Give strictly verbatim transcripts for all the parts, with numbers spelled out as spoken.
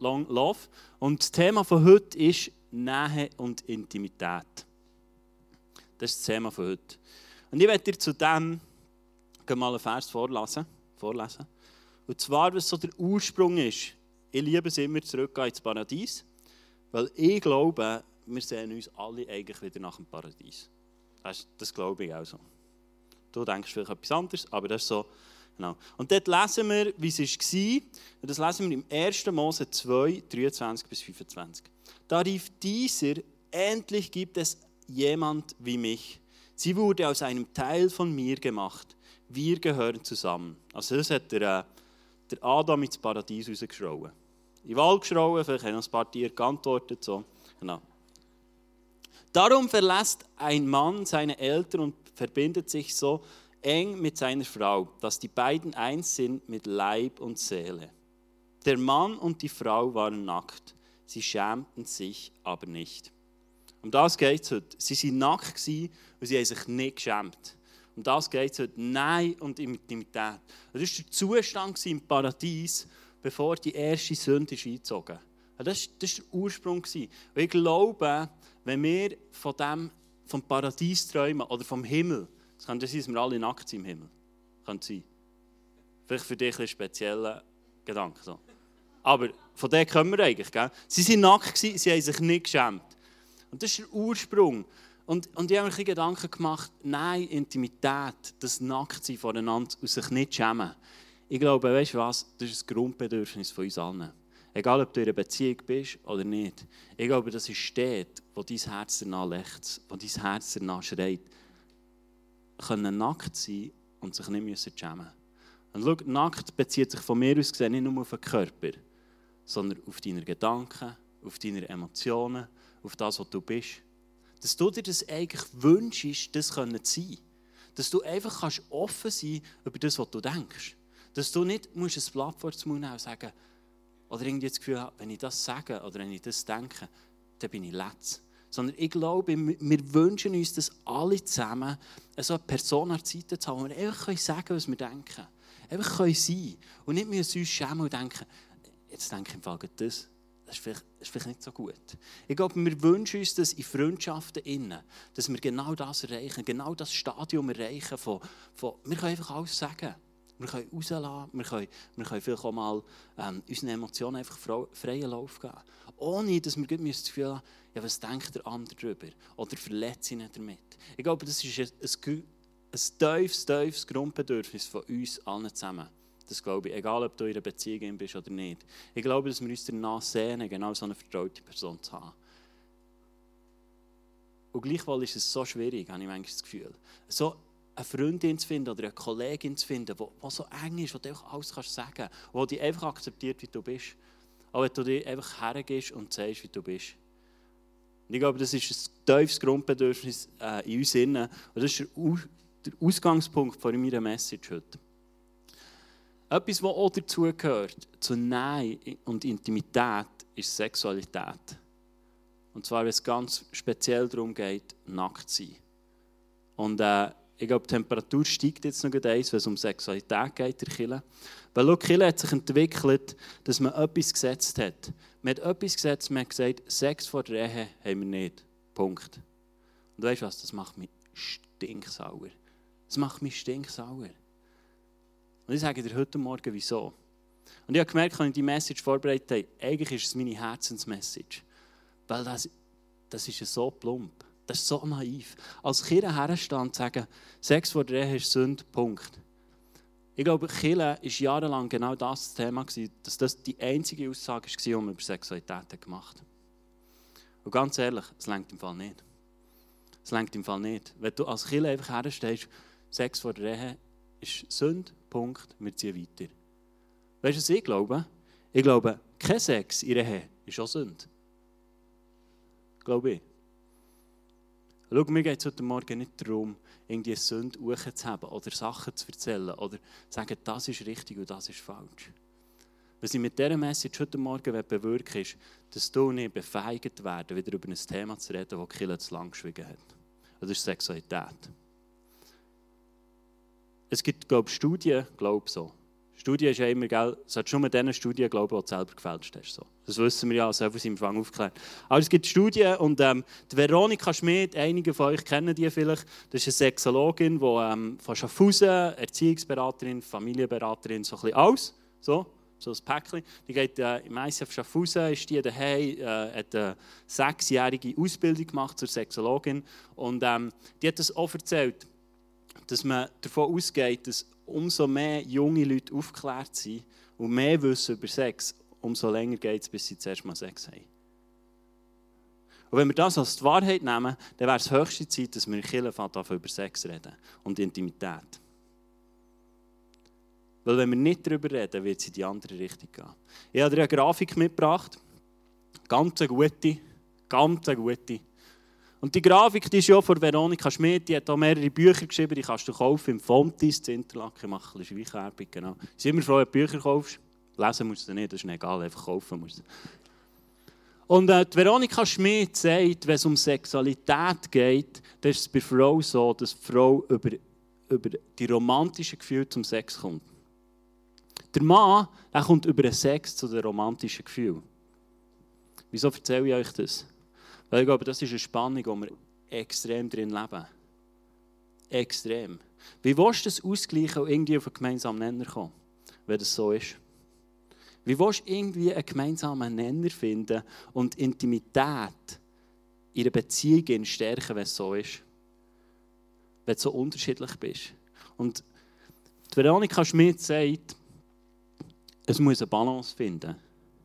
Long Love. Und das Thema von heute ist Nähe und Intimität. Das ist das Thema von heute. Und ich werde dir zu dem mal einen Vers vorlesen. vorlesen. Und zwar, was so der Ursprung ist. Ich liebe es immer, zurückgehen ins Paradies, weil ich glaube, wir sehen uns alle eigentlich wieder nach dem Paradies. Das, das glaube ich auch so. Du denkst vielleicht etwas anderes, aber das ist so. Genau. Und dort lesen wir, wie es war. Und das lesen wir im ersten Mose zwei, dreiundzwanzig bis fünfundzwanzig. Da rief dieser, endlich gibt es jemand wie mich. Sie wurde aus einem Teil von mir gemacht. Wir gehören zusammen. Also das hat der, äh, der Adam ins Paradies rausgeschrauen. In den Wald geschrauen, vielleicht haben noch ein paar Tiere geantwortet. So. Genau. Darum verlässt ein Mann seine Eltern und verbindet sich so eng mit seiner Frau, dass die beiden eins sind mit Leib und Seele. Der Mann und die Frau waren nackt, sie schämten sich aber nicht. Um das geht es heute. Sie waren nackt und sie haben sich nicht geschämt. Um das geht es heute. Nein und Intimität. Das war der Zustand im Paradies, bevor die erste Sünde eingezogen ist. Das war der Ursprung. Und ich glaube, wenn wir von dem, vom Paradies träumen oder vom Himmel, es kann sein, dass wir alle nackt sind im Himmel. Kann sein. Vielleicht für dich ein spezieller Gedanke. So. Aber von dem kommen wir eigentlich. Gell? Sie waren nackt, sie haben sich nicht geschämt. Und das ist der Ursprung. Und, und ich habe mir ein Gedanken gemacht, nein, Intimität, das Nacktsein voneinander und sich nicht schämen. Ich glaube, weißt du was, das ist ein Grundbedürfnis von uns allen. Egal, ob du in einer Beziehung bist oder nicht. Ich glaube, das ist dort, wo dein Herz danach lechzt, wo dein Herz danach schreit. Können nackt sein und sich nicht müssen schämen. Und schau, nackt bezieht sich von mir aus gesehen nicht nur auf den Körper, sondern auf deine Gedanken, auf deine Emotionen, auf das, was du bist. Dass du dir das eigentlich wünschst, das zu sein. Dass du einfach kannst offen sein über das, was du denkst. Dass du nicht musst ein Blatt vor den Mund nehmen und sagen, oder irgendwie das Gefühl haben, wenn ich das sage oder wenn ich das denke, dann bin ich letzt. Sondern ich glaube, wir wünschen uns das alle zusammen, so eine Person an der Seite zu haben, wo wir einfach sagen können, was wir denken. Einfach können sein. Und nicht müssen uns schämen und denken, jetzt denke ich im Fall das. Das ist, vielleicht, das ist vielleicht nicht so gut. Ich glaube, wir wünschen uns das in Freundschaften innen, dass wir genau das erreichen, genau das Stadium erreichen von, von wir können einfach alles sagen. Wir können rauslassen, wir können, wir können vielleicht auch mal ähm, unseren Emotionen einfach freien Lauf geben. Ohne, dass wir das Gefühl haben, ja, was denkt der andere darüber? Oder verletzt ihn damit? Ich glaube, das ist ein, ein, ein tiefes, tiefes Grundbedürfnis von uns allen zusammen. Das glaube ich, egal ob du in einer Beziehung bist oder nicht. Ich glaube, dass wir uns danach sehnen, genau so eine vertraute Person zu haben. Und gleichwohl ist es so schwierig, habe ich manchmal das Gefühl. So eine Freundin zu finden oder eine Kollegin zu finden, die so eng ist, wo du einfach alles kannst sagen kannst, die dich einfach akzeptiert, wie du bist. Auch wenn du dich einfach hergehst und sagst, wie du bist. Und ich glaube, das ist ein tiefes Grundbedürfnis äh, in uns innen. Und das ist der, der Ausgangspunkt von meiner Message heute. Etwas, was auch dazu gehört, zur Nähe und Intimität, ist Sexualität. Und zwar, wenn es ganz speziell darum geht, nackt zu sein. Und äh, ich glaube, die Temperatur steigt jetzt noch eins, wenn es um Sexualität geht, der Kirche. Weil schau, die Kirche hat sich entwickelt, dass man etwas gesetzt hat. Man hat etwas gesetzt, man hat gesagt, Sex vor der Ehe haben wir nicht. Punkt. Und weißt du was, das macht mich stinksauer. Das macht mich stinksauer. Und ich sage dir heute Morgen, wieso. Und ich habe gemerkt, als ich die Message vorbereitet habe, eigentlich ist es meine Herzensmessage. Weil das, das ist so plump. Das ist so naiv. Als Kirche herstehen und sagen, Sex vor der Ehe ist Sünde, Punkt. Ich glaube, Kirche war jahrelang genau das Thema, dass das die einzige Aussage war, die man über Sexualität gemacht hat. Und ganz ehrlich, es reicht im Fall nicht. Es reicht im Fall nicht. Wenn du als Kirche einfach herstehst, Sex vor der Ehe ist Sünde, Punkt, wir ziehen weiter. Weißt du, was ich glaube? Ich glaube, kein Sex in der Ehe ist auch Sünde. Glaube ich. Schau, mir geht es heute Morgen nicht darum, irgendwie eine Sünde hochzuheben oder Sachen zu erzählen oder zu sagen, das ist richtig und das ist falsch. Was ich mit dieser Message heute Morgen bewirken will, ist, dass du nicht befähigt werden, wieder über ein Thema zu reden, das die Kirche zu lang geschwiegen hat. Das ist Sexualität. Es gibt, glaube ich, Studien, glaube so, Studie ist ja immer, gell, solltest du nur diesen Studien glauben, die du selber gefälscht hast. So. Das wissen wir ja, also von seinem Fang aufgeklärt. Aber es gibt Studien und ähm, die Veronika Schmid, einige von euch kennen die vielleicht, das ist eine Sexologin, die ähm, von Schaffhausen, Erziehungsberaterin, Familienberaterin, so ein bisschen alles, so, so ein Päckchen. Die geht äh, im I C F Schaffhausen, ist die daheim, äh, hat eine sechsjährige Ausbildung gemacht zur Sexologin und ähm, die hat das auch erzählt, dass man davon ausgeht, dass umso mehr junge Leute aufgeklärt sind und mehr wissen über Sex, umso länger geht es, bis sie zuerst mal Sex haben. Und wenn wir das als die Wahrheit nehmen, dann wäre es höchste Zeit, dass wir in der Kirche anfangen, über Sex reden und Intimität. Weil wenn wir nicht darüber reden, wird es in die andere Richtung gehen. Ich habe dir eine Grafik mitgebracht, ganz eine gute, ganz eine gute. Und die Grafik die ist ja von Veronika Schmid, die hat auch mehrere Bücher geschrieben, die kannst du kaufen im Fontis, in Interlaken. Ich mache ein bisschen Schweichwerbung, genau. Ich bin immer froh, wenn du Bücher kaufst. Lesen musst du nicht, das ist nicht egal, einfach kaufen musst du. Und äh, die Veronika Schmid sagt, wenn es um Sexualität geht, dann ist es bei Frau so, dass die Frau über, über die romantischen Gefühle zum Sex kommt. Der Mann der kommt über den Sex zu den romantischen Gefühlen. Wieso erzähle ich euch das? Weil ich glaube, das ist eine Spannung, wo wir extrem drin leben. Extrem. Wie willst du das ausgleichen und irgendwie auf einen gemeinsamen Nenner kommen, wenn das so ist? Wie willst du irgendwie einen gemeinsamen Nenner finden und Intimität in einer Beziehung stärken, wenn es so ist? Wenn du so unterschiedlich bist. Und die Veronika Schmid sagt, es muss eine Balance finden.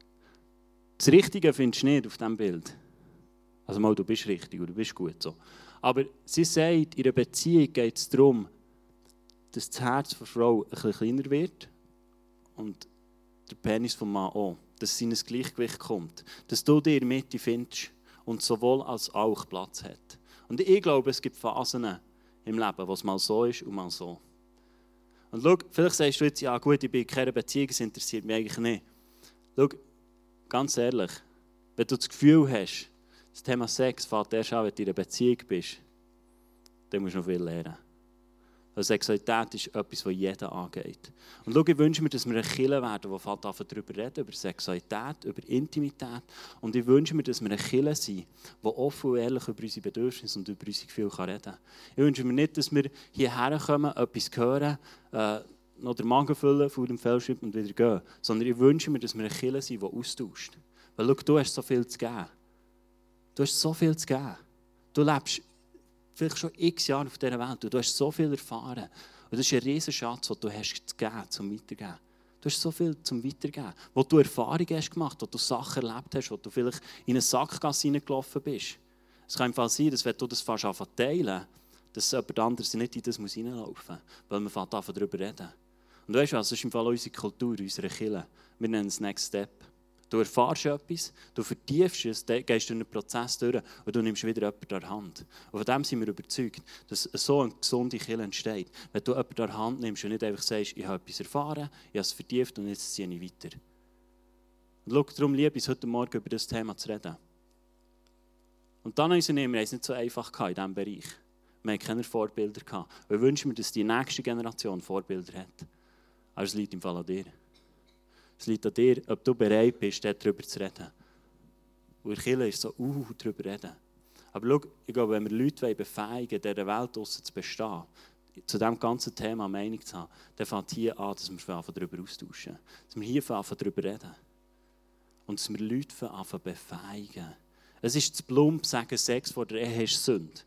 Das Richtige findest du nicht auf diesem Bild. Also mal, du bist richtig und du bist gut so. Aber sie sagt, in einer Beziehung geht es darum, dass das Herz der Frau ein bisschen kleiner wird und der Penis vom Mann auch. Dass es in ein Gleichgewicht kommt. Dass du dir in der Mitte findest und sowohl als auch Platz hat. Und ich glaube, es gibt Phasen im Leben, wo es mal so ist und mal so. Und schau, vielleicht sagst du jetzt, ja gut, ich bin in keiner Beziehung, das interessiert mich eigentlich nicht. Schau, ganz ehrlich, wenn du das Gefühl hast, das Thema Sex fängt erst an, wenn du in einer Beziehung bist, dann musst du noch viel lernen. Weil Sexualität ist etwas, das jeden angeht. Und schau, ich wünsche mir, dass wir eine Kirche werden, die fängt an, darüber reden, über Sexualität, über Intimität. Und ich wünsche mir, dass wir eine Kirche sind, die offen und ehrlich über unsere Bedürfnisse und über unsere Gefühle reden kann. Ich wünsche mir nicht, dass wir hierher kommen, etwas hören, äh, noch den Magen füllen, vor dem Fellowship und wieder gehen. Sondern ich wünsche mir, dass wir eine Kirche sind, die austauscht. Weil schau, du hast so viel zu geben. Du hast so viel zu geben. Du lebst vielleicht schon x Jahre auf dieser Welt und du hast so viel erfahren. Und das ist ein riesen Schatz, den du hast zu geben, zum Weitergeben. Du hast so viel zum Weitergeben. Wo du Erfahrungen hast gemacht, wo du Sachen erlebt hast, wo du vielleicht in eine Sackgasse hineingelaufen bist. Es kann einfach sein, dass wenn du das fast anfängst teilen, dass jemand anderes nicht in das hineinlaufen muss, weil man fängt an, darüber reden. Und weißt du was, das ist im Fall unsere Kultur, unsere Kirche. Wir nennen es Next Step. Du erfährst etwas, du vertiefst es, gehst durch einen Prozess durch und du nimmst wieder jemanden an die Hand. Und von dem sind wir überzeugt, dass so eine gesunde Kirche entsteht. Wenn du jemanden an die Hand nimmst und nicht einfach sagst, ich habe etwas erfahren, ich habe es vertieft und jetzt ziehe ich weiter. Und schau, darum liebe ich es, heute Morgen über das Thema zu reden. Und dann haben wir es nicht so einfach in diesem Bereich. Wir hatten keine Vorbilder. Wir wünschen mir, dass die nächste Generation Vorbilder hat. Aber es liegt im Fall an dir. Es liegt an dir, ob du bereit bist, darüber zu reden. Und in der Kirche ist so, uh, darüber reden. Aber schau, ich glaube, wenn wir Leute befähigen, in dieser Welt draussen zu bestehen, zu diesem ganzen Thema eine Meinung zu haben, dann fängt hier an, dass wir darüber austauschen. Dass wir hier darüber reden. Und dass wir Leute anfangen befähigen. Es ist zu plump sagen, Sex vor der Ehe ist Sünde.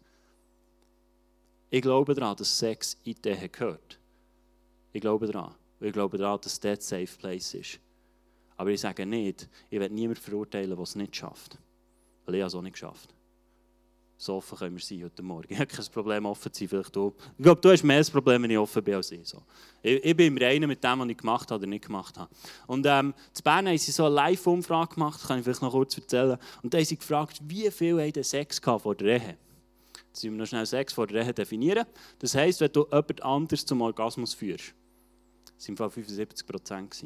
Ich glaube daran, dass Sex in die Ehe gehört. Ich glaube daran. Ich glaube daran, dass das ein safe place ist. Aber ich sage nicht, ich werde niemanden verurteilen, der es nicht schafft. Weil ich habe es auch nicht geschafft. So offen können wir sein heute Morgen. Ich habe kein Problem, offen zu sein. Vielleicht du. Ich glaube, du hast mehr das Problem, wenn ich offen bin als ich. So. Ich, ich bin im Reinen mit dem, was ich gemacht habe oder nicht gemacht habe. Und ähm, in Bern haben sie so eine Live-Umfrage gemacht, das kann ich vielleicht noch kurz erzählen. Und da haben sie gefragt, wie viel haben Sex vor der Ehe? Jetzt müssen wir noch schnell Sex vor der Ehe definieren. Das heisst, wenn du jemand anderes zum Orgasmus führst. Das waren fünfundsiebzig Prozent.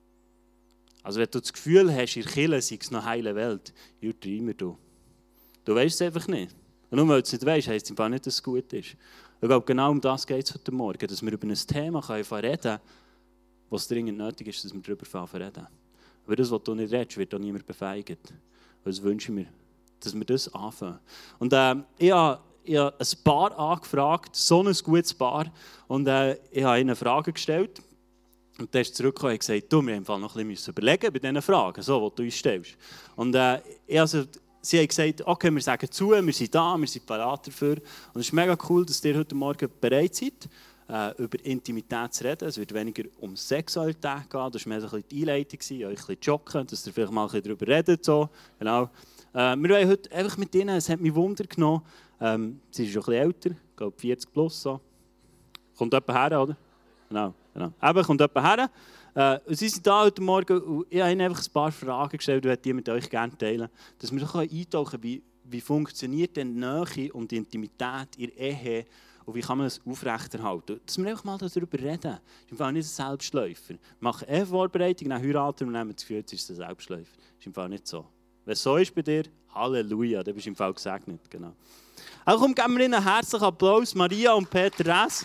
Also wenn du das Gefühl hast, in der Kirche sei es noch heile Welt, ja, treiben du. Du weißt es einfach nicht. Und nur weil du es nicht weißt, heisst es einfach nicht, dass es gut ist. Ich glaube, genau um das geht es heute Morgen, dass wir über ein Thema reden können, was dringend nötig ist, dass wir darüber reden. Aber das, was du nicht redest, wird auch niemand befeigt. Das wünsche ich mir, dass wir das anfangen. Und äh, ich habe Ich habe ein Paar angefragt, so ein gutes Paar. Und äh, ich habe ihnen Fragen gestellt. Und dann ist zurückgekommen und gesagt, du, wir müssen noch ein bisschen überlegen bei diesen Fragen, so, die du uns stellst. Und äh, ich also, sie haben gesagt, okay, wir sagen zu, wir sind da, wir sind bereit dafür. Und es ist mega cool, dass ihr heute Morgen bereit seid, äh, über Intimität zu reden. Es wird weniger um Sexualität gehen, das war mehr so ein bisschen die Einleitung, euch ein bisschen joggen, dass ihr vielleicht mal ein bisschen darüber redet. So. Genau. Äh, wir wollen heute einfach mit ihnen, es hat mich Wunder genommen, ähm, sie ist schon ein bisschen älter, ich glaube vierzig plus. So. Kommt jemand her, oder? Genau, genau. Eben, kommt jemand her. Äh, und sie sind da heute Morgen und ich habe ihnen einfach ein paar Fragen gestellt und die mit euch gerne teilen, dass wir so eintauchen können, wie, wie funktioniert denn Nähe und Intimität in der Ehe und wie kann man das aufrechterhalten. Dass wir einfach mal darüber reden. Das ist im Fall nicht ein Selbstläufer. Wir machen eine Vorbereitung, dann heiraten und nehmen das Gefühl, es ist ein Selbstläufer. Das ist im Fall nicht so. Wenn es so ist bei dir, Halleluja, dann bist du im Fall gesegnet. Genau. Also komm, geben wir ihnen einen herzlichen Applaus, Maria und Peter Räs.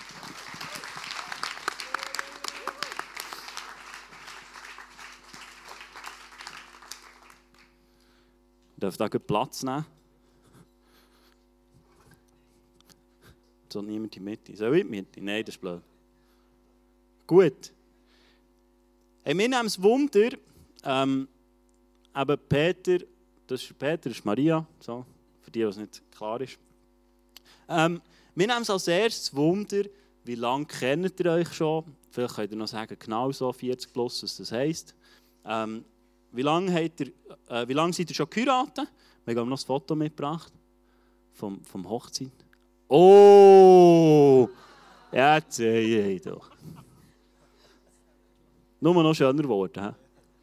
Ich darf da Platz nehmen. So niemand in die Mitte. Soll ich in die Mitte? Nein, das ist blöd. Gut. Hey, wir nehmen das Wunder, ähm, eben Peter, das ist Peter, das ist Maria, so, für die, was nicht klar ist. Ähm, wir nehmen es als erstes Wunder, wie lange kennt ihr euch schon? Vielleicht könnt ihr noch sagen, genau so vierzig plus, was das heisst. Ähm, wie lange, habt ihr, äh, wie lange seid ihr schon geheiratet? Wir haben noch ein Foto mitgebracht vom, vom Hochzeit. Oh! Jetzt sehe ich doch. Nur noch schöner geworden.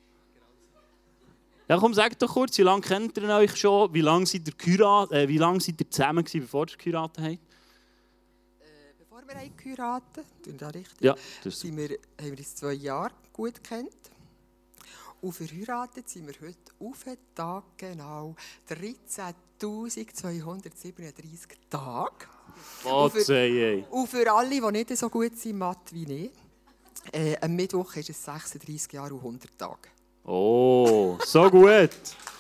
Ja, komm, sagt doch kurz, wie lange kennt ihr euch schon? Wie lange seid ihr, geheiratet, äh, wie lange seid ihr zusammen gewesen, bevor ihr geheiratet habt? Äh, bevor wir geheiratet haben, da richtig, ja, das sind wir, haben wir uns zwei Jahre gut gekannt. Und verheiratet sind wir heute auf den Tag genau dreizehntausendzweihundertsiebenunddreißig Tage. Oh, und, für, ey. und für alle, die nicht so gut sind, Mathe wie ich, äh, am Mittwoch ist es sechsunddreißig Jahre und hundert Tage. Oh, so gut.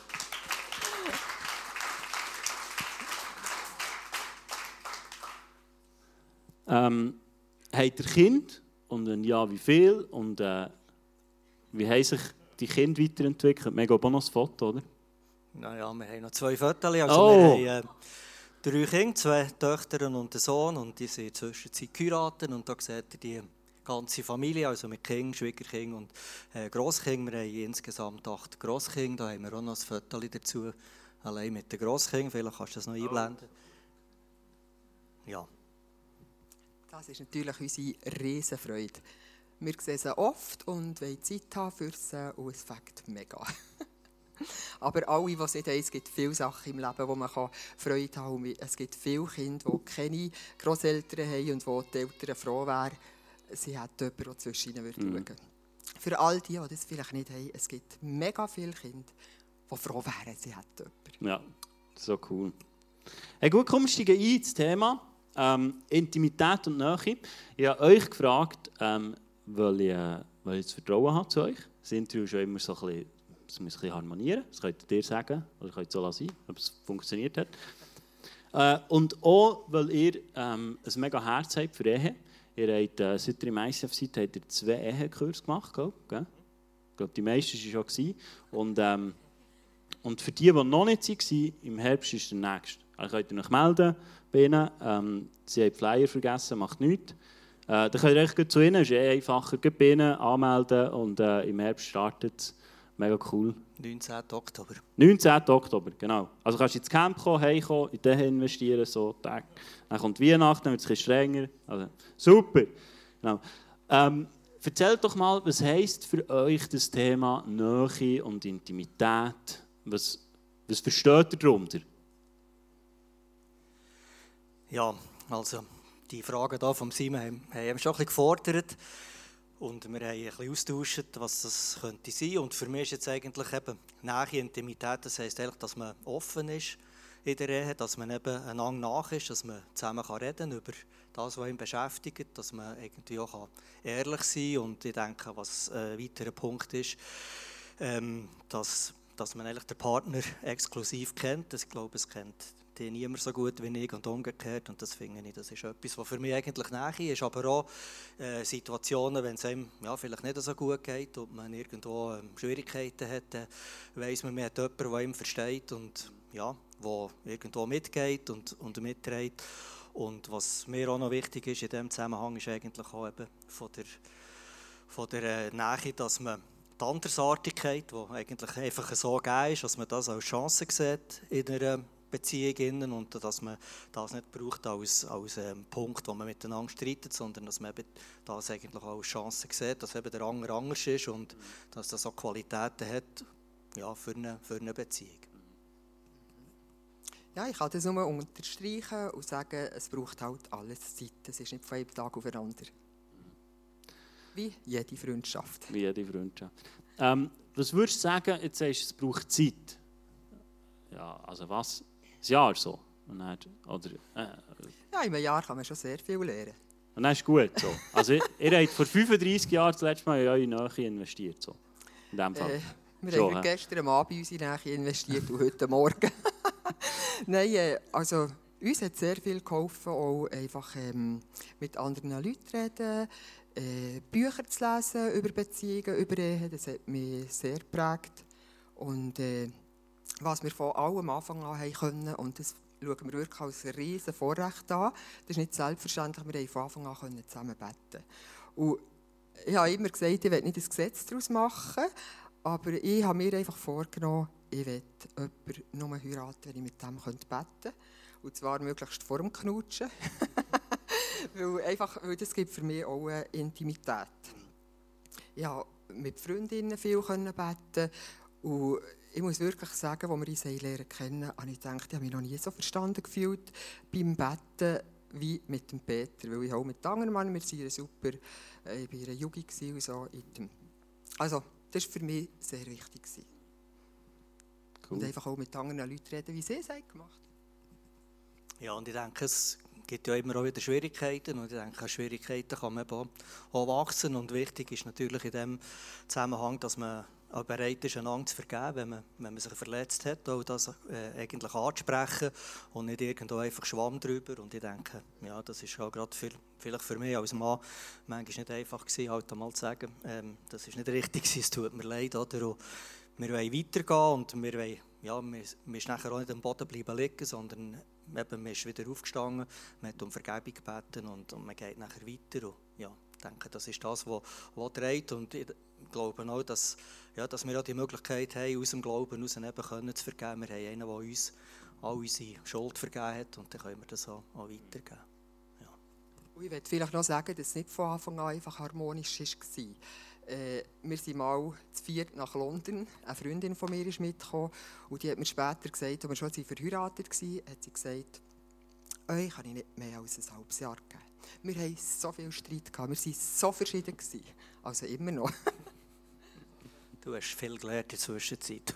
ähm, habt ihr Kind? Und wenn ja, wie viel? Und äh, wie haben sich die Kinder weiterentwickelt? Mega Bonus-Foto, oder? Naja, wir haben noch zwei Fotos. Also oh. Wir haben äh, drei Kinder, zwei Töchter und einen Sohn. Und die sind in der Zwischenzeit geheiratet. Und da seht ihr die ganze Familie, also mit Kindern, Schwiegerkindern und äh, Grosskindern. Wir haben insgesamt acht Grosskinder. Da haben wir auch noch ein Foto dazu. Allein mit den Grosskindern. Vielleicht kannst du das noch einblenden. Ja. Das ist natürlich unsere Riesenfreude. Wir sehen sie oft und wollen Zeit haben für sie und es fängt mega. Aber alle, die es nicht haben, es gibt viele Sachen im Leben, wo man Freude haben kann. Es gibt viele Kinder, die keine Grosseltern haben und wo die Eltern froh wären, sie hätten jemanden, der zwischen ihnen schauen würde. Mm. Für all die, die das vielleicht nicht haben, es gibt mega viele Kinder, die froh wären, sie hätten jemanden. Ja, so cool. Hey, gut, komm, steigen ein ins Thema ähm, Intimität und Nähe. Ich habe euch gefragt, ähm, weil, ich, äh, weil ich das Vertrauen habe zu euch. Das Interview ist schon immer so ein bisschen, das muss ein bisschen harmonieren. Das könnt ihr dir sagen, oder könnt so lassen, ob es funktioniert hat. Äh, und auch, weil ihr ähm, ein mega Herz habt für Ehe. Ihr habt, äh, seit ihr im I C F seid, habt ihr zwei Ehekurse gemacht, gell? Ich glaube, die meisten waren schon. Und, ähm, und für die, die noch nicht waren, im Herbst ist der nächste. Also könnt ihr euch melden bei ihnen. Ähm, sie haben Flyer vergessen, macht nichts. Äh, dann könnt ihr euch zu ihnen, es ist eh einfacher, bei ihnen anmelden und äh, im Herbst startet es. Mega cool. neunzehnten Oktober. neunzehnten Oktober, genau. Also kannst du ins Camp kommen, heimkommen, in den investieren, so Tag. Dann kommt Weihnachten, dann wird es ein bisschen strenger. Also, super. Genau. Ähm, erzählt doch mal, was heisst für euch das Thema Nähe und Intimität? Was, was versteht ihr darunter? Ja, also die Fragen hier von Simon haben, haben schon ein bisschen gefordert. Und wir haben ein bisschen austauscht, was das könnte sein. Und für mich ist jetzt eigentlich eben Nähe, Intimität, das heisst eigentlich, dass man offen ist, in der Ehe, dass man eben einander nach ist, dass man zusammen reden kann über das, was ihn beschäftigt, dass man irgendwie auch ehrlich sein kann. Und ich denke, was ein weiterer Punkt ist, ähm, dass, dass man eigentlich den Partner exklusiv kennt. Ich glaube, es kennt die niemand so gut wie ich und umgekehrt. Und das finde ich, das ist etwas, was für mich eigentlich nahe ist. Aber auch äh, Situationen, wenn es einem ja, vielleicht nicht so gut geht und man irgendwo ähm, Schwierigkeiten hat, dann weiss man, man hat jemanden, der ihm versteht und ja, der irgendwo mitgeht und, und mitträgt. Und was mir auch noch wichtig ist in diesem Zusammenhang, ist eigentlich auch eben von der, von der äh, Nähe, dass man die Andersartigkeit, die eigentlich einfach so gegeben ist, dass man das als Chance sieht in einer Beziehung und dass man das nicht braucht als, als ähm, Punkt, wo man miteinander streitet, sondern dass man eben das eigentlich als Chance sieht, dass eben der andere anders ist und dass das auch Qualitäten hat, ja, für, eine, für eine Beziehung. Ja, ich kann das nur unterstreichen und sagen, es braucht halt alles Zeit. Es ist nicht von einem Tag auf den anderen. Wie jede Freundschaft. Wie jede Freundschaft. Ähm, was würdest du sagen, jetzt sagst du, es braucht Zeit? Ja, also was? Ein Jahr so? Und dann, oder, äh, Ja, in einem Jahr kann man schon sehr viel lernen. Und dann ist es gut so. Also ihr, ihr habt vor fünfunddreissig Jahren das letzte Mal in eure Nähe investiert. So. In dem Fall. Äh, wir Schon, haben he? gestern am Abend in unsere Nähe investiert und heute Morgen. Nein, äh, also uns hat sehr viel geholfen, auch einfach ähm, mit anderen Leuten reden, äh, Bücher zu lesen über Beziehungen, über Ehe. Das hat mich sehr geprägt. Und äh, was wir von allem am Anfang an haben können, und das schauen wir wirklich als ein riesen Vorrecht an. Das ist nicht selbstverständlich, wir haben von Anfang an können zusammen beten. Und ich habe immer gesagt, ich will nicht ein Gesetz daraus machen, aber ich habe mir einfach vorgenommen, ich will jemanden nur heiraten, wenn ich mit dem beten könnte. Und zwar möglichst vor dem Knutschen. weil, einfach, weil das gibt für mich auch eine Intimität. Ich konnte mit Freundinnen viel beten. Und ich muss wirklich sagen, als wir uns lernen kennen, habe ich gedacht, ich habe mich noch nie so verstanden gefühlt beim Betten wie mit dem Peter. Weil ich auch mit anderen Männern, wir waren super, äh, ich war eine Jugend und so. Also, das war für mich sehr wichtig. Cool. Und einfach auch mit anderen Leuten reden, wie sie es gemacht haben. Ja, und ich denke, es gibt ja immer auch wieder Schwierigkeiten. Und ich denke, an Schwierigkeiten kann man eben auch wachsen. Und wichtig ist natürlich in dem Zusammenhang, dass man auch bereit ist, einander zu vergeben, wenn man, wenn man sich verletzt hat, auch das äh, eigentlich anzusprechen und nicht irgendwo einfach Schwamm drüber. Und ich denke, ja, das ist auch gerade viel, vielleicht für mich als Mann manchmal nicht einfach gewesen, halt einmal zu sagen, ähm, das ist nicht richtig gewesen, es tut mir leid, oder? Und wir wollen weitergehen und wir wollen, ja, wir, wir ist nachher auch nicht am Boden bleiben liegen, sondern eben, man ist wieder aufgestanden, man hat um Vergebung gebeten und, und man geht nachher weiter. Und, ja, ich denke, das ist das, was, was trägt. Und ich glaube auch, dass, ja, dass wir auch die Möglichkeit haben, aus dem Glauben heraus eben können zu vergeben. Wir haben einen, der uns all unsere Schuld vergeben hat und dann können wir das auch, auch weitergeben. Ja. Und ich möchte vielleicht noch sagen, dass es nicht von Anfang an einfach harmonisch war. Äh, wir sind mal zu viert nach London. Eine Freundin von mir ist mitgekommen und die hat mir später gesagt, als wir schon verheiratet waren, hat sie gesagt, euch kann ich nicht mehr als ein halbes Jahr geben. Wir hatten so viel Streit, gehabt, wir waren so verschieden. Also immer noch. Du hast viel gelernt in der Zwischenzeit.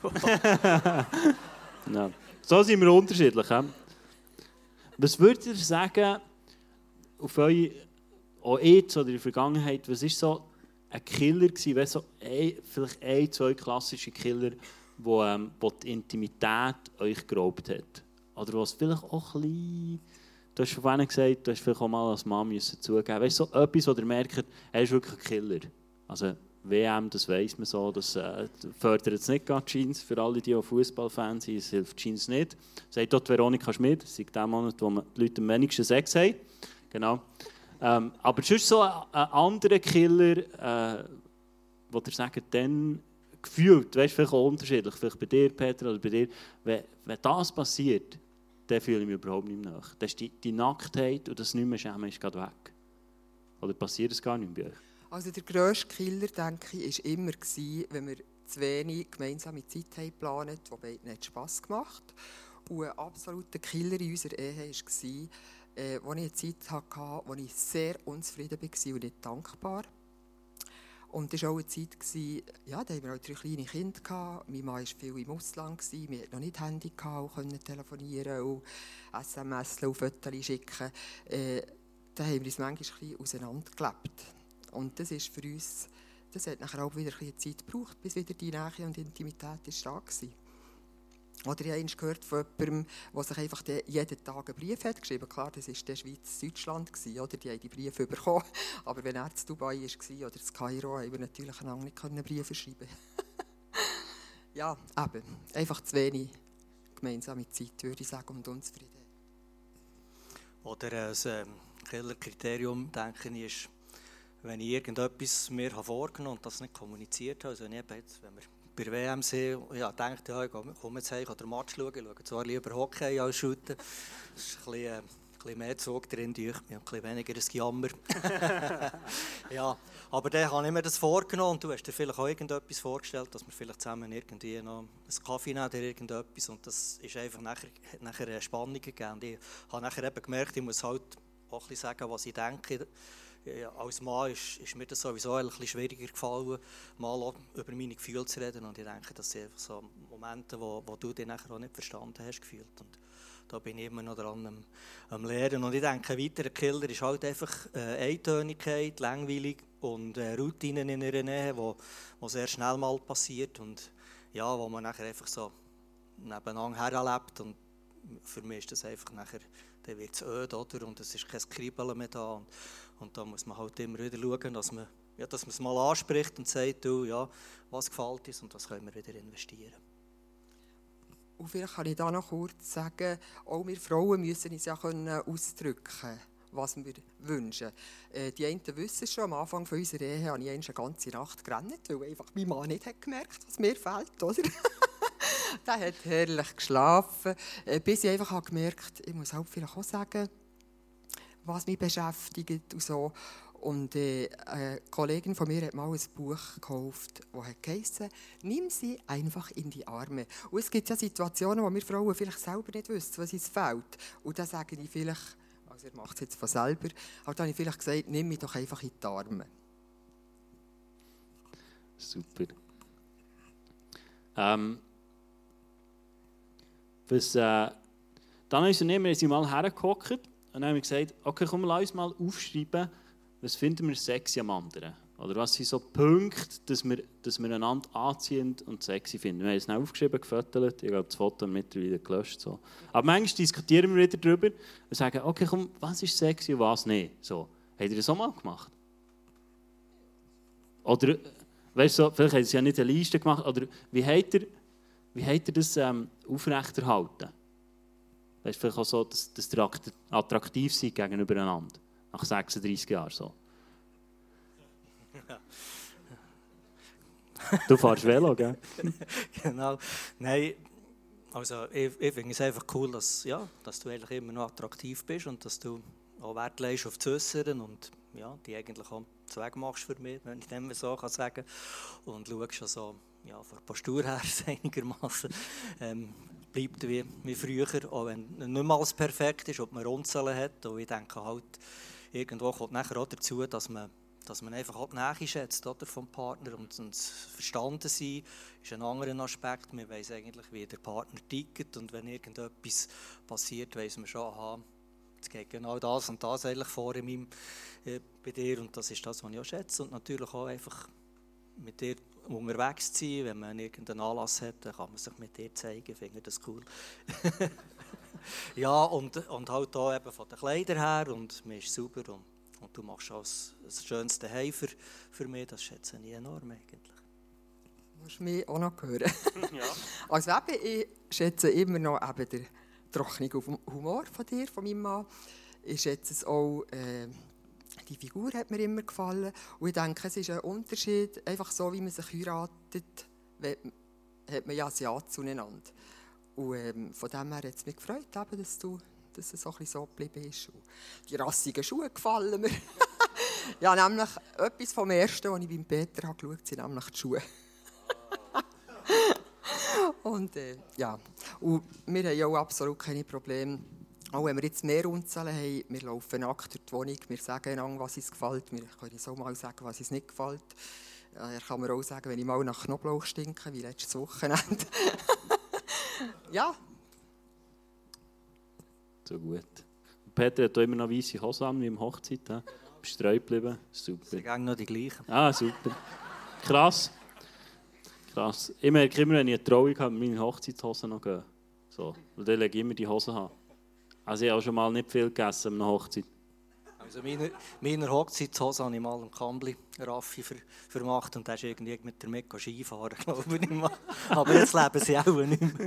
Ja. So sind wir unterschiedlich. He? Was würdet ihr sagen, auf euch, auch jetzt oder in der Vergangenheit, was ist so ein Killer gewesen, wenn so ein, vielleicht ein, zwei klassische Killer, wo, ähm, wo die Intimität euch geraubt hat? Oder was vielleicht auch ein bisschen, du hast vorhin gesagt, du hast vielleicht auch mal als Mann müssen zugeben, weißt du, so etwas, wo ihr merkt, er ist wirklich ein Killer. Also W M, das weiss man so, das äh, fördert es nicht gerade Jeans, für alle, die auch Fußballfans sind, es hilft Jeans nicht. Sagt dort Veronika Schmid, das ist der Monat, wo die Leute am wenigsten Sex haben. Genau. Ähm, aber sonst so ein, ein anderer Killer, äh, wo ihr sagt, dann gefühlt, weißt, vielleicht auch unterschiedlich, vielleicht bei dir, Peter, oder bei dir, wenn, wenn das passiert, dann fühle ich mich überhaupt nicht mehr nach. Das ist die, die Nacktheit und das nicht mehr schämen ist gerade weg. Oder passiert das gar nicht bei euch? Also der grösste Killer, denke ich, war immer, wenn wir zu wenig gemeinsame Zeit haben geplant, die beiden nicht Spass gemacht hat. Und ein absoluter Killer in unserer Ehe war, äh, als ich eine Zeit hatte, wo ich sehr unzufrieden war und nicht dankbar. Und das war auch eine Zeit, ja, da hatten wir auch drei kleine Kinder gehabt. Mein Mann war viel im Ausland, wir hatten noch nicht Handy gehabt, konnten telefonieren und S M S und Fotos schicken. Äh, da haben wir uns manchmal ein bisschen auseinandergelebt. Und das ist für uns, das hat nachher auch wieder ein bisschen Zeit gebraucht, bis wieder die Nähe und Intimität ist da war. Oder ich habe einmal gehört von jemandem, der sich einfach jeden Tag einen Brief hat geschrieben. Klar, das war der Schweiz, Deutschland, oder? Die haben die Briefe bekommen. Aber wenn er in Dubai war oder in Kairo, haben wir natürlich einander nicht Briefe schreiben. Ja, eben. Einfach zu wenig gemeinsame Zeit, würde ich sagen, um uns Frieden. Oder ein ähm, Killerkriterium, denke ich, ist, wenn ich irgendetwas mir vorgenommen habe und das nicht kommuniziert habe. Also nicht jetzt, wenn wir bei der W M sind, ja, denkt, ja, ich komme jetzt heim, ich kann den Match schauen, ich schaue zwar lieber Hockey als Shooten. Das ist ein bisschen, äh, ein bisschen mehr Zug drin, durch, ein bisschen weniger ein Gejammer. Ja, aber dann habe ich mir das vorgenommen und du hast dir vielleicht auch irgendetwas vorgestellt, dass wir vielleicht zusammen irgendwie noch einen Kaffee nehmen oder irgendetwas und das ist einfach nachher, hat nachher eine Spannung gegeben. Und ich habe nachher eben gemerkt, ich muss halt auch ein bisschen sagen, was ich denke. Ja, als Mann ist, ist mir das sowieso ein bisschen schwieriger gefallen, mal auch über meine Gefühle zu reden. Und ich denke, das sind einfach so Momente, wo, wo du dich nachher auch nicht verstanden hast gefühlt. Und da bin ich immer noch dran am, am Lernen. Und ich denke, ein weiterer Killer ist halt einfach äh, Eintönigkeit, langweilig und äh, Routinen in einer Nähe, wo, wo sehr schnell mal passiert und ja, wo man nachher einfach so nebeneinander herlebt. Und für mich ist das einfach nachher, dann wird es öd, oder? Und es ist kein Kribbeln mehr da. Und, und da muss man halt immer wieder schauen, dass man ja, dass man es mal anspricht und sagt, du, ja, was gefällt uns und was können wir wieder investieren. Und vielleicht kann ich da noch kurz sagen, auch wir Frauen müssen uns ja können ausdrücken, was wir wünschen. Äh, die einen wissen schon, am Anfang von unserer Ehe habe ich eine ganze Nacht gerannt, weil einfach mein Mann nicht hat gemerkt, was mir fehlt, oder? Der hat herrlich geschlafen, äh, bis ich einfach habe gemerkt, ich muss halt vielleicht auch sagen, was mich beschäftigt und so. Und äh, eine Kollegin von mir hat mal ein Buch gekauft, das heisst, nimm sie einfach in die Arme. Und es gibt ja Situationen, wo wir Frauen vielleicht selber nicht wissen, was uns fehlt. Und dann sage ich vielleicht, also er macht es jetzt von selber, aber dann habe ich vielleicht gesagt, nimm mich doch einfach in die Arme. Super. Ähm, was, äh, dann haben wir sie mal hergehockt und dann haben wir gesagt, okay, komm, lass uns mal aufschreiben, was finden wir sexy am anderen? Oder was sind so Punkte, dass wir, dass wir einander anziehend und sexy finden? Wir haben es dann aufgeschrieben, gefotolt, ich glaube, das Foto mittlerweile gelöscht. So. Aber manchmal diskutieren wir wieder darüber und sagen, okay, komm, was ist sexy und was nicht? So. Habt ihr das auch mal gemacht? Oder, weißt du, vielleicht haben sie ja nicht eine Liste gemacht, oder wie habt ihr, wie habt ihr das ähm, aufrechterhalten? Weißt du, vielleicht auch so, dass, dass ihr attraktiv seid gegenüber einander. Nach sechsunddreissig Jahren so. Du fährst Velo, gell? Genau. Nein, also ich, ich finde es einfach cool, dass, ja, dass du eigentlich immer noch attraktiv bist und dass du auch Wert legst auf das Äußere und ja, die eigentlich auch Zweck machst für mich, wenn ich dem so kann sagen. Und schaust also, ja, von der Postur her einigermaßen ähm, bleibt wie, wie früher, auch wenn nicht mal alles perfekt ist, ob man Runzeln hat. Und ich denke halt, irgendwo kommt nachher auch dazu, dass man, dass man einfach auch die Nähe schätzt, oder, vom Partner. Und das Verstandensein ist ein anderer Aspekt. Man weiss eigentlich, wie der Partner tickt. Und wenn irgendetwas passiert, weiss man schon, aha, es geht genau das und das eigentlich vor in meinem, äh, bei dir. Und das ist das, was ich auch schätze. Und natürlich auch einfach mit dir unterwegs zu sein. Wenn man irgendeinen Anlass hat, dann kann man sich mit dir zeigen. Ich finde das cool. Ja, und, und halt auch eben von den Kleidern her und man ist sauber und, und du machst auch das, das schönste Heim für, für mich, das schätze ich enorm eigentlich. Du musst mich auch noch hören. Ja. Also eben, ich schätze immer noch eben den trockenen Humor von dir, von meinem Mann. Ich schätze es auch, äh, die Figur hat mir immer gefallen und ich denke, es ist ein Unterschied, einfach so wie man sich heiratet, hat man ja ein Ja zueinander. Und ähm, von dem her hat es mich gefreut, eben, dass, du, dass es so, ein so geblieben ist. Und die rassigen Schuhe gefallen mir. Ja, nämlich etwas vom Ersten, was ich beim Peter habe geschaut habe, sind nämlich die Schuhe. Und äh, ja, und wir haben ja auch absolut keine Probleme. Auch wenn wir jetzt mehr Runzeln haben, wir laufen nackt durch die Wohnung, wir sagen einander, was uns gefällt, wir können so mal sagen, was uns nicht gefällt. Ja, er kann mir auch sagen, wenn ich mal nach Knoblauch stinke, wie letztes Wochenende. Ja. So gut. Peter hat auch immer noch weisse Hosen an, wie im Hochzeit. Ja? Bist treu geblieben? Super. Sie gehen noch die gleichen. Ah, super. Krass. Krass. Ich merke immer, wenn ich eine Trauung habe, meine Hochzeitshosen noch gehen. So. Und dann lege ich immer die Hosen an. Also ich habe auch schon mal nicht viel gegessen an einer Hochzeit. Also meine, meine Hochzeitshose habe ich mal einen Kambli Raffi ver, vermacht und der ist irgendwie mit der Mekka Skifahren, glaube ich mal. Aber jetzt leben sie auch nicht mehr.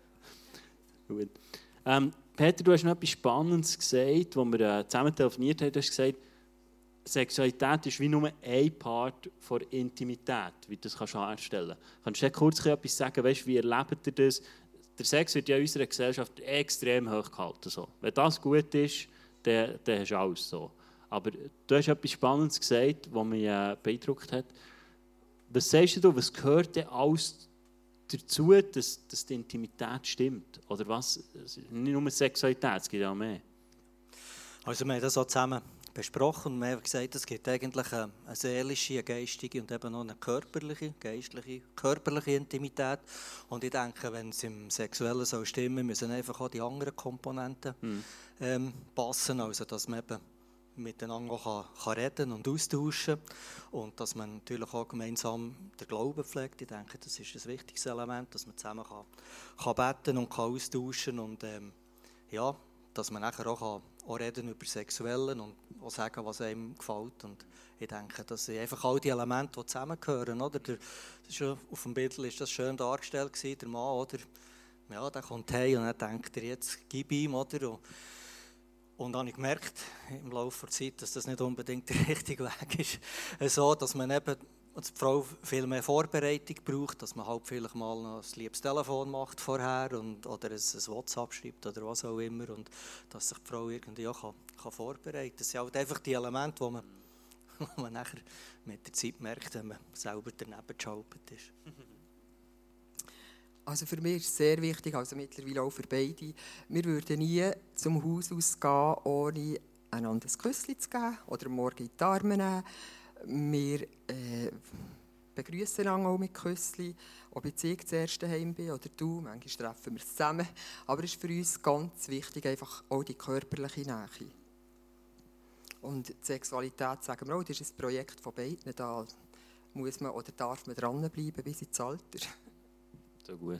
Gut. Ähm, Peter, du hast noch etwas Spannendes gesagt, als wir äh, zusammen telefoniert haben. Du hast gesagt, Sexualität ist wie nur ein Part der Intimität, wie du das kannst herstellen kannst. Kannst du kurz etwas sagen, weißt, wie erlebt ihr das? Der Sex wird ja in unserer Gesellschaft extrem hoch gehalten. So. Wenn das gut ist, dann, dann hast du alles so. Aber du hast etwas Spannendes gesagt, was mich äh, beeindruckt hat. Was sagst du, was gehört denn alles dazu, dass, dass die Intimität stimmt? Oder was? Nicht nur Sexualität, es gibt auch mehr. Also wir haben das auch zusammen besprochen und wir haben gesagt, es gibt eigentlich eine, eine seelische, eine geistige und eben noch eine körperliche, geistliche, körperliche Intimität. Und ich denke, wenn es im Sexuellen soll stimmen, müssen einfach auch die anderen Komponenten mhm. ähm, passen, also dass man eben miteinander kann, kann reden und austauschen und dass man natürlich auch gemeinsam den Glauben pflegt. Ich denke, das ist ein wichtiges Element, dass man zusammen kann, kann beten und kann austauschen und ähm, ja, dass man nachher auch, kann, auch reden über Sexuellen und auch sagen, was einem gefällt. Und ich denke, das sind einfach all die Elemente, die zusammengehören. Oder? Der, das ist ja, auf dem Bild war das schön dargestellt, gewesen, der Mann, oder? Ja, der kommt heim und dann denkt er, jetzt gib ihm. Oder? Und, und dann habe ich gemerkt, im Laufe der Zeit, dass das nicht unbedingt der richtige Weg ist. So, dass man eben als die Frau viel mehr Vorbereitung braucht, dass man halt vielleicht mal noch ein liebes Telefon macht vorher und, oder ein, ein WhatsApp schreibt oder was auch immer und dass sich die Frau irgendwie auch kann, kann vorbereiten kann. Das sind halt einfach die Elemente, die man, wo man nachher mit der Zeit merkt, wenn man selber daneben geschaltet ist. Also für mich ist es sehr wichtig, also mittlerweile auch für beide, wir würden nie zum Haus ausgehen, ohne einander ein Küsschen zu geben oder morgen in die Arme nehmen. Wir äh, begrüßen einander auch mit Küsschen, ob ich jetzt zuerst daheim bin oder du, manchmal treffen wir es zusammen. Aber es ist für uns ganz wichtig, einfach auch die körperliche Nähe. Und die Sexualität, sagen wir auch, das ist ein Projekt von beiden. Da muss man oder darf man dranbleiben bis ins Alter. So gut.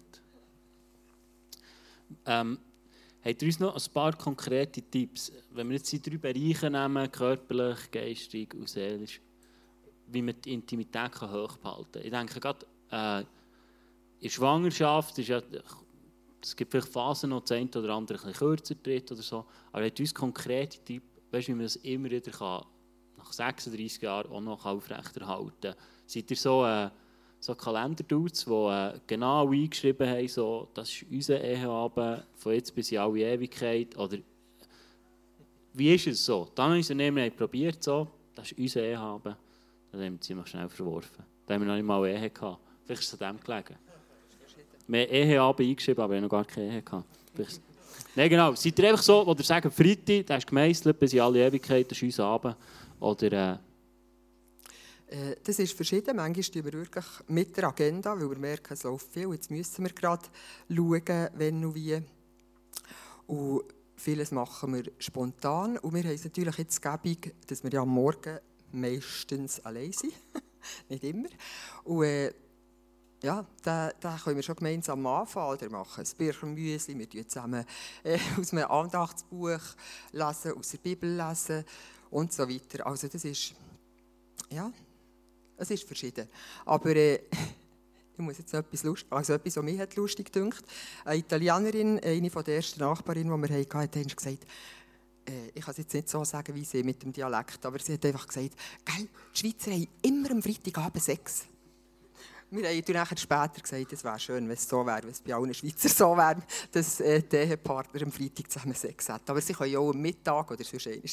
Ähm, habt ihr uns noch ein paar konkrete Tipps, wenn wir jetzt die drei Bereiche nehmen, körperlich, geistig und seelisch, wie man die Intimität hochhalten kann? Ich denke gerade, äh, in der Schwangerschaft ist ja, es gibt vielleicht Phasen, wo das eine oder andere ein bisschen kürzer tritt oder so, aber habt ihr uns konkrete Tipps, weißt, wie man das immer wieder kann, nach sechsunddreissig Jahren auch noch aufrechterhalten kann? Seid ihr so äh, so Kalenderdudes, die äh, genau eingeschrieben haben, so, das ist unser Eheabend von jetzt bis in alle Ewigkeit? Oder wie ist es so? Dann haben wir es nicht probiert, so, das ist unser Eheabend. Dann haben wir es ziemlich schnell verworfen. Da haben wir noch nicht mal Ehe gehabt. Vielleicht ist es an dem gelegen. Wir haben Eheabend eingeschrieben, aber wir haben noch gar keine Ehe gehabt. Nein, genau. Seid ihr einfach so, wo ihr sagt, Freitag, das ist gemeißelt bis in alle Ewigkeit, das ist unser Abend? Oder... Äh, Das ist verschieden. Manchmal schauen wir wirklich mit der Agenda, weil wir merken, es läuft viel. Jetzt müssen wir gerade schauen, wenn und wie. Und vieles machen wir spontan. Und wir haben es natürlich jetzt gäbig, dass wir ja am Morgen meistens allein sind. Nicht immer. Und äh, ja, da, da können wir schon gemeinsam anfangen. Wir machen ein Birchenmüsli, wir lesen zusammen äh, aus einem Andachtsbuch, lesen, aus der Bibel lesen und so weiter. Also das ist... Ja, es ist verschieden. Aber äh, ich muss jetzt noch etwas lustig, also etwas, was mich hat lustig gedünkt. Eine Italienerin, eine von der ersten Nachbarinnen, die wir hatten, hat gesagt, äh, ich kann es jetzt nicht so sagen wie sie mit dem Dialekt, aber sie hat einfach gesagt, gell, die Schweizer haben immer am Freitagabend Sex. Wir haben dann nachher später gesagt, es wäre schön, wenn es so wäre, wenn es bei allen Schweizern so wäre, dass äh, die Ehepartner am Freitag zusammen Sex hat. Aber sie können ja auch am Mittag oder sonst einmal.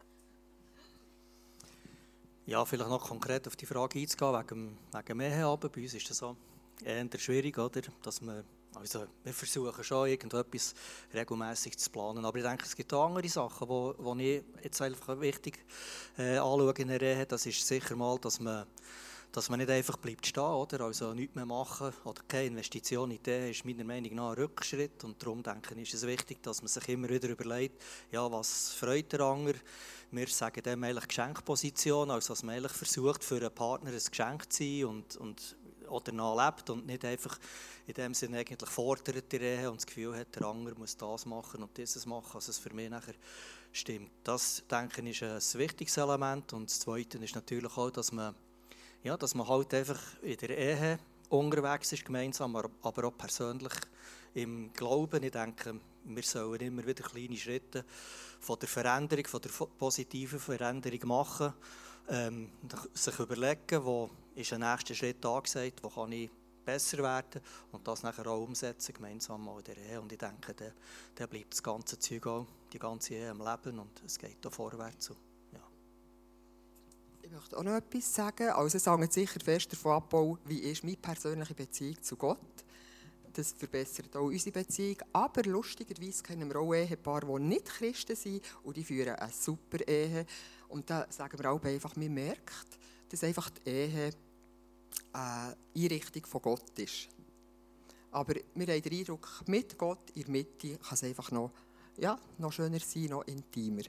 Ja, vielleicht noch konkret auf die Frage einzugehen, wegen, wegen dem Eheabend. Bei uns ist das so eher schwierig, oder? Dass wir, also wir versuchen schon, irgendetwas regelmässig zu planen. Aber ich denke, es gibt auch andere Sachen, die ich jetzt einfach wichtig äh, anschaue in der Ehe. Das ist sicher mal, dass man, dass man nicht einfach bleibt stehen, oder? Also nichts mehr machen oder keine Investition in die ist meiner Meinung nach ein Rückschritt. Und darum denke ich, ist es wichtig, dass man sich immer wieder überlegt, ja, was freut der andere. Wir sagen dem eigentlich Geschenkposition, also dass man eigentlich versucht, für einen Partner ein Geschenk zu sein und, und oder nachlebt und nicht einfach in dem Sinne eigentlich fordert die Ehe und das Gefühl hat, der andere muss das machen und dieses machen, also es für mich nachher stimmt. Das, denke ich, ist ein wichtiges Element. Und das Zweite ist natürlich auch, dass man, ja, dass man halt einfach in der Ehe unterwegs ist, gemeinsam, aber auch persönlich im Glauben. Ich denke, wir sollen immer wieder kleine Schritte von der Veränderung, von der positiven Veränderung machen, ähm, sich überlegen, wo ist ein nächster Schritt angesagt, wo kann ich besser werden und das nachher auch umsetzen, gemeinsam in der Ehe. Und ich denke, dann, dann bleibt das ganze Zeug auch, die ganze Ehe am Leben und es geht auch vorwärts. Ja. Ich möchte auch noch etwas sagen. Also es hängt sicher fest davon ab, wie ist meine persönliche Beziehung zu Gott. Das verbessert auch unsere Beziehung. Aber lustigerweise kennen wir auch Ehepaare, die nicht Christen sind und die führen eine super Ehe. Und da sagen wir auch einfach, man merkt, dass einfach die Ehe eine Einrichtung von Gott ist. Aber wir haben den Eindruck, mit Gott in der Mitte kann es einfach noch, ja, noch schöner sein, noch intimer.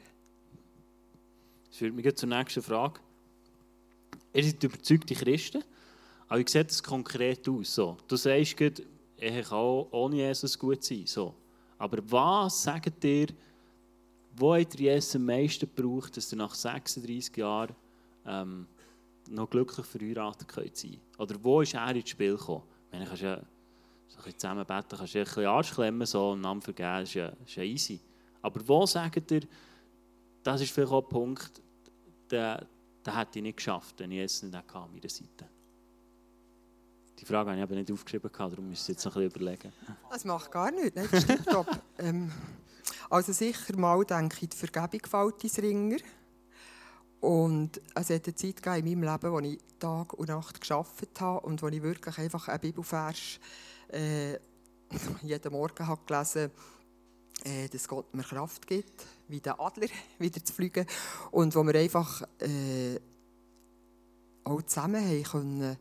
Das führt mich zur nächsten Frage. Ihr seid überzeugte Christen, aber wie sieht das konkret aus? So, du sagst, Ehe kann auch ohne Jesus gut sein. So. Aber was sagt ihr, wo habt ihr Jesus am meisten gebraucht, dass ihr nach sechsunddreissig Jahren ähm, noch glücklich verheiratet könnt sein? Oder wo ist er ins Spiel gekommen? Ich meine, kannst ja so ein bisschen zusammenbeten, kannst ja ein bisschen Arsch klemmen so, und Namen vergeben, das ist ja, ist ja easy. Aber wo sagt ihr, das ist vielleicht auch ein Punkt, den, den hätte ich nicht geschafft, wenn ich jetzt nicht an meiner Seite. Die Frage habe ich aber nicht aufgeschrieben, darum müsst ihr jetzt noch ein bisschen überlegen. Das macht gar nichts, ne? Das stimmt doch. ähm, Also sicher mal, denke ich, die Vergebung fällt ins Ringer. Und es hat eine Zeit gegeben in meinem Leben, wo ich Tag und Nacht gearbeitet habe und wo ich wirklich einfach einen Bibelvers äh, jeden Morgen habe gelesen habe, äh, dass Gott mir Kraft gibt, wie der Adler wieder zu fliegen. Und wo wir einfach äh, auch zusammen haben können,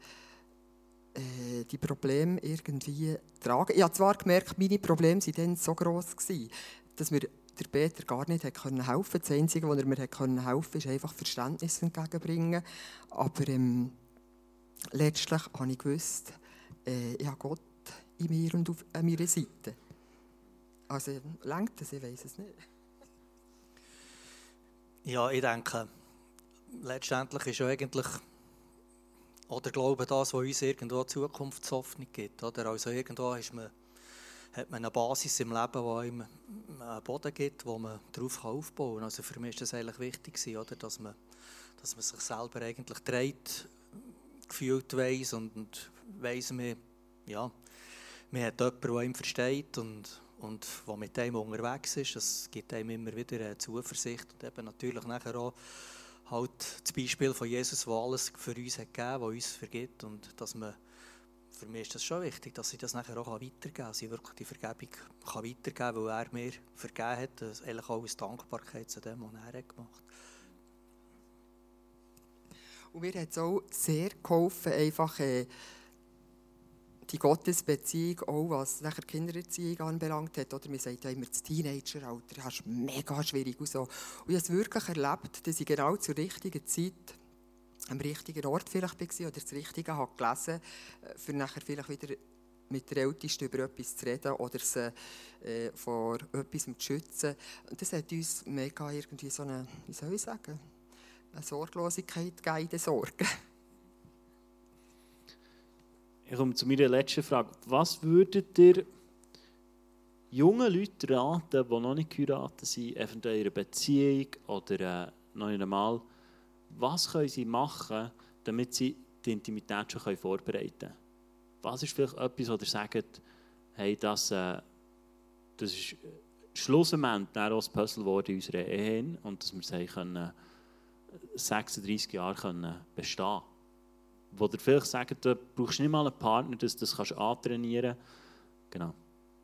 äh, die Probleme irgendwie tragen. Ich habe zwar gemerkt, meine Probleme waren dann so gross gewesen, dass mir der Peter gar nicht helfen konnte. Das Einzige, was er mir helfen konnte, ist einfach Verständnis entgegenbringen. Aber ähm, letztlich habe ich gewusst, äh, ich habe Gott in mir und auf an meiner Seite. Also, reicht das? Ich weiss es nicht. Ja, ich denke, letztendlich ist ja eigentlich oder Glaube das, was uns irgendwo Zukunftshoffnung gibt. Oder? Also irgendwo ist man, hat man eine Basis im Leben, die einem einen Boden gibt, wo man darauf aufbauen kann. Also für mich ist das eigentlich wichtig, oder? Dass, man, dass man sich selber eigentlich trägt, gefühlt weiss und, und weiss, man, ja, man hat jemanden, der einem versteht und, und der mit einem unterwegs ist. Das gibt einem immer wieder eine Zuversicht und eben natürlich nachher auch halt das Beispiel von Jesus, der alles für uns hat gegeben, der uns vergibt. Und dass man, für mich ist das schon wichtig, dass ich das nachher auch weitergeben kann, dass ich wirklich die Vergebung kann weitergeben kann, weil er mir vergeben hat. Das ist eigentlich auch aus Dankbarkeit zu dem, was er gemacht hat. Und mir hat es auch sehr geholfen, einfach äh, die Gottesbeziehung, auch was nachher Kindererziehung anbelangt hat. Oder man sagt ja immer, das Teenageralter, das ist mega schwierig. Und, so. Und ich habe es wirklich erlebt, dass ich genau zur richtigen Zeit am richtigen Ort vielleicht war oder das Richtige habe gelesen, für nachher vielleicht wieder mit der Ältesten über etwas zu reden oder sie äh, vor etwas zu schützen. Und das hat uns mega irgendwie so eine, wie soll ich sagen, eine Sorglosigkeit gegeben in den Sorgen. Ich komme zu meiner letzten Frage. Was würdet ihr jungen Leuten raten, die noch nicht geheiratet sind, eventuell in einer Beziehung oder äh, noch einmal, was können sie machen, damit sie die Intimität schon vorbereiten können? Was ist vielleicht etwas, wo ihr sagt, hey, das, äh, das ist schlussendlich auch das Puzzle in unserer Ehe und dass wir es können, sechsunddreissig Jahre können bestehen können. Wo ihr vielleicht sagt, du brauchst nicht mal einen Partner, dass du das kannst antrainieren kannst. Genau.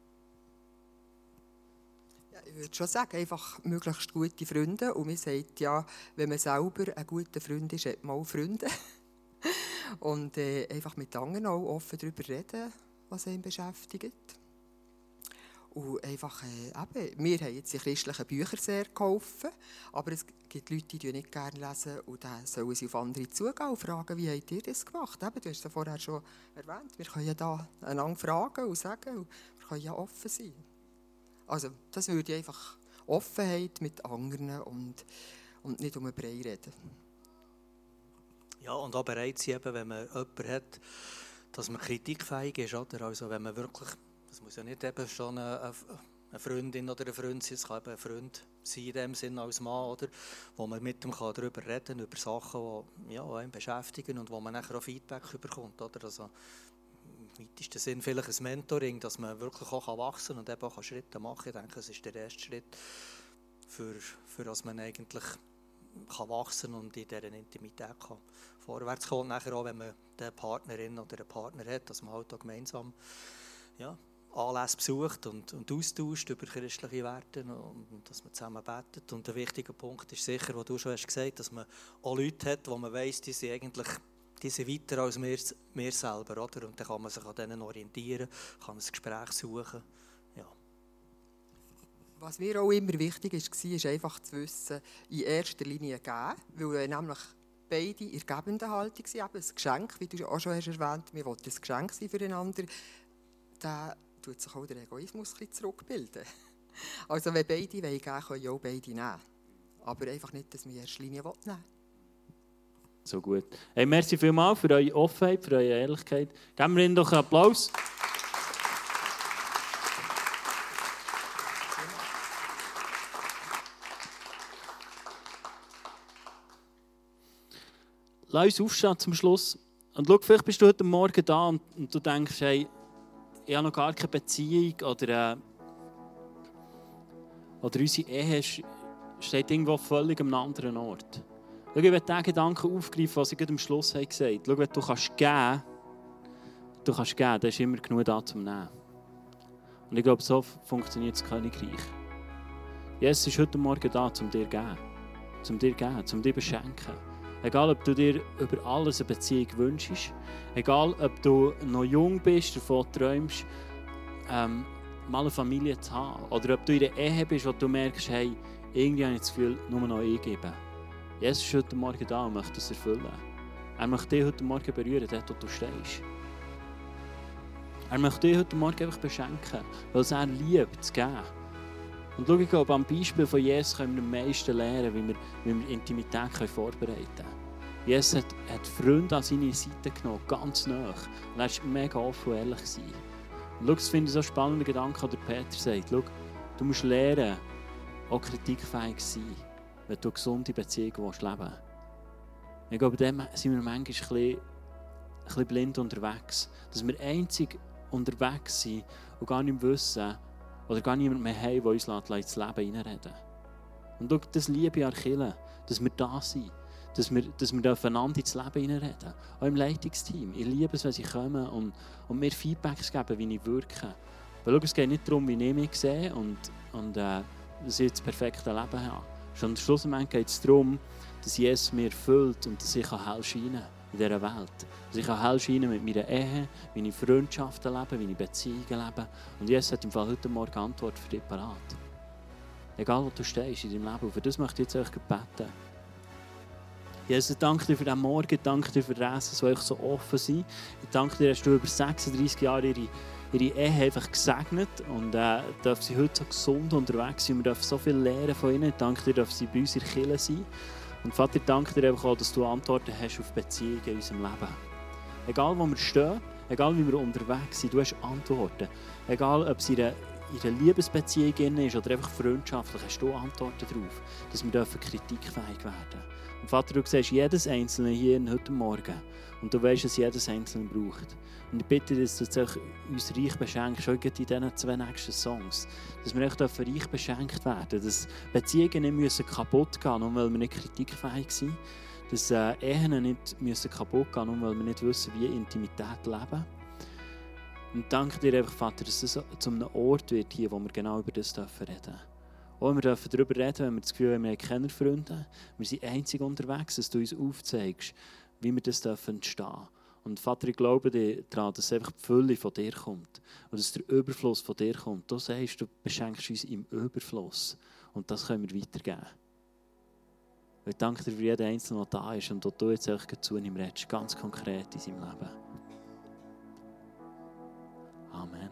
Ja, ich würde schon sagen, einfach möglichst gute Freunde. Und man sagt ja, wenn man selber ein guter Freund ist, hat man auch Freunde. Und äh, einfach mit anderen auch offen darüber reden, was einen beschäftigt. Und einfach, äh, eben, wir haben jetzt die christlichen Bücher sehr geholfen, aber es gibt Leute, die nicht gerne lesen und dann sollen sie auf andere zugehen und fragen, wie habt ihr das gemacht? Eben, du hast es ja vorher schon erwähnt, wir können ja da einander fragen und sagen, und wir können ja offen sein. Also das würde ich einfach Offenheit mit anderen und, und nicht um einen Brei reden. Ja, und auch bereit sein, eben, wenn man jemanden hat, dass man kritikfähig ist. Oder? Also wenn man wirklich, das muss ja nicht eben schon eine, eine Freundin oder ein Freund sein, es kann eben ein Freund sein in dem Sinne als Mann, oder? Wo man mit ihm darüber reden kann, über Sachen, die, ja, die einen beschäftigen und wo man nachher auch Feedback bekommt. Oder? Also, im weitesten Sinn vielleicht ein Mentoring, dass man wirklich auch wachsen kann und eben auch Schritte machen kann. Ich denke, das ist der erste Schritt, für, für dass man eigentlich kann wachsen und in dieser Intimität kann vorwärts kommen. Nachher auch, wenn man eine Partnerin oder einen Partner hat, dass man halt auch gemeinsam ja, Anlässe besucht und, und austauscht über christliche Werte und, und dass man zusammen betet. Und der wichtige Punkt ist sicher, was du schon hast gesagt, dass man auch Leute hat, wo man weiss, die sind eigentlich die sind weiter als wir, wir selber. Oder? Und dann kann man sich an denen orientieren, kann ein Gespräch suchen. Ja. Was mir auch immer wichtig war, ist einfach zu wissen, in erster Linie geben, weil wir nämlich beide in der gebenden Haltung sind. Eben ein Geschenk, wie du auch schon hast erwähnt, wir wollen ein Geschenk sein füreinander. Dann tut sich auch der Egoismus ein bisschen zurückbilden. Also wenn beide geben wollen, können ja auch beide nehmen. Aber einfach nicht, dass wir in erster Linie nehmen wollen. So gut. Hey, merci vielmals für eure Offenheit, für eure Ehrlichkeit. Geben wir Ihnen doch einen Applaus. Lass uns aufstehen zum Schluss. Und schau, vielleicht bist du heute Morgen da und, und du denkst, hey, ich habe noch gar keine Beziehung oder, äh, oder unsere Ehe steht irgendwo völlig an einem anderen Ort. Schau, ich will diesen Gedanken aufgreifen, was ich gerade am Schluss gesagt habe. Schau, wenn du kannst geben, du kannst geben, dann ist immer genug da zum Nehmen. Und ich glaube, so funktioniert das Königreich. Jesus ist heute Morgen da, um dir zu geben. Um dir zu geben, um dir zu beschenken. Egal, ob du dir über alles eine Beziehung wünschst, egal, ob du noch jung bist, davon träumst, ähm, mal eine Familie zu haben, oder ob du in einer Ehe bist, wo du merkst, hey, irgendwie habe ich das Gefühl, nur noch ich gebe. Jesus ist heute Morgen da und möchte das erfüllen. Er möchte dich heute Morgen berühren, dort wo du stehst. Er möchte dich heute Morgen einfach beschenken, weil es er liebt, zu geben. Und schau, ich glaube, am Beispiel von Jesus können wir am meisten lernen, wie wir, wie wir Intimität vorbereiten können. Jesus hat, hat Freunde an seine Seite genommen, ganz nah. Und er war mega offen und ehrlich. Und schau, das finde ich so einen spannenden Gedanken, den Peter sagt. Schau, du musst lernen, auch kritikfähig zu sein, wenn du eine gesunde Beziehung leben willst. Ich glaube, dem sind wir manchmal ein bisschen, ein bisschen blind unterwegs. Dass wir einzig unterwegs sind und gar nicht wissen, oder gar niemand mehr haben, der uns ins Leben hineinreden. Und schau, das liebe ich an der Kirche, dass wir da sind, dass wir, dass wir aufeinander ins Leben hineinreden. Auch im Leitungsteam. Ich liebe es, wenn sie kommen und, und mir Feedbacks geben, wie ich wirke. Weil schau, es geht nicht darum, wie ich mich sehe und, und äh, dass ich das perfekte Leben habe. Schon schlussendlich geht es darum, dass Jesus mir erfüllt und dass ich hell scheinen kann in dieser Welt. Dass ich hell scheinen mit meiner Ehe, meine Freundschaften leben, meine Beziehungen leben. Und Jesus hat im Fall heute Morgen Antwort für dich parat. Egal, wo du stehst in deinem Leben. Und für das möchte ich jetzt euch beten. Jesus, ich danke dir für diesen Morgen, ich danke dir für die Reisen, die euch so offen sind. Ich danke dir, dass du über sechsunddreissig Jahre ihre, ihre Ehe einfach gesegnet und äh, dürfen sie heute so gesund unterwegs sein. Wir dürfen so viel lernen von ihnen. Ich danke dir, dass sie bei uns in der Kirche sind. Und Vater, ich danke dir einfach auch, dass du Antworten hast auf Beziehungen in unserem Leben. Egal, wo wir stehen, egal, wie wir unterwegs sind, du hast Antworten. Egal, ob es in einer, in einer Liebesbeziehung ist oder einfach freundschaftlich, hast du Antworten darauf, dass wir kritikfähig werden dürfen. Und Vater, du siehst jedes Einzelne hier heute Morgen und du weißt, dass jedes Einzelne braucht. Und ich bitte dich, dass du uns reich beschenkst, auch in diesen zwei nächsten Songs. Dass wir echt reich beschenkt werden, dass Beziehungen nicht müssen kaputt gehen müssen, nur weil wir nicht kritikfähig sind. Dass äh, Ehen nicht müssen kaputt gehen müssen, nur weil wir nicht wissen, wie Intimität leben. Und danke dir einfach, Vater, dass es zu einem Ort wird, hier, wo wir genau über das reden dürfen. Auch wir dürfen darüber reden, wenn wir das Gefühl haben, wir haben keine Freunde. Wir sind einzig unterwegs, dass du uns aufzeigst, wie wir das entstehen dürfen. Und Vater, ich glaube daran, dass einfach die Fülle von dir kommt. Und dass der Überfluss von dir kommt. Du sagst, du beschenkst uns im Überfluss. Und das können wir weitergeben. Ich danke dir für jeden Einzelnen, der da ist und wo du jetzt einfach zu ihm redest, ganz konkret in seinem Leben. Amen.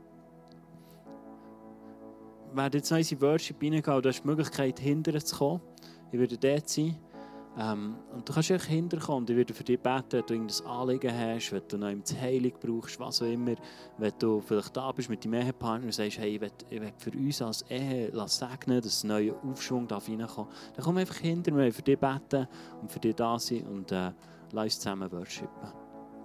Wir werden jetzt noch in unsere Worship reingehen und du hast die Möglichkeit, hinterher zu kommen. Ich werde dort sein. Ähm, und du kannst einfach hinterkommen und ich werde für dich beten, wenn du irgendein Anliegen hast, wenn du noch eine Heilung brauchst, was auch immer. Wenn du vielleicht da bist mit deinem Ehepartner und sagst, hey, ich will, ich will für uns als Ehe segnen, dass ein neuer Aufschwung reinkommen darf, dann komm einfach hinter mir, für dich beten und für dich da sein und äh, lass uns zusammen worshipen.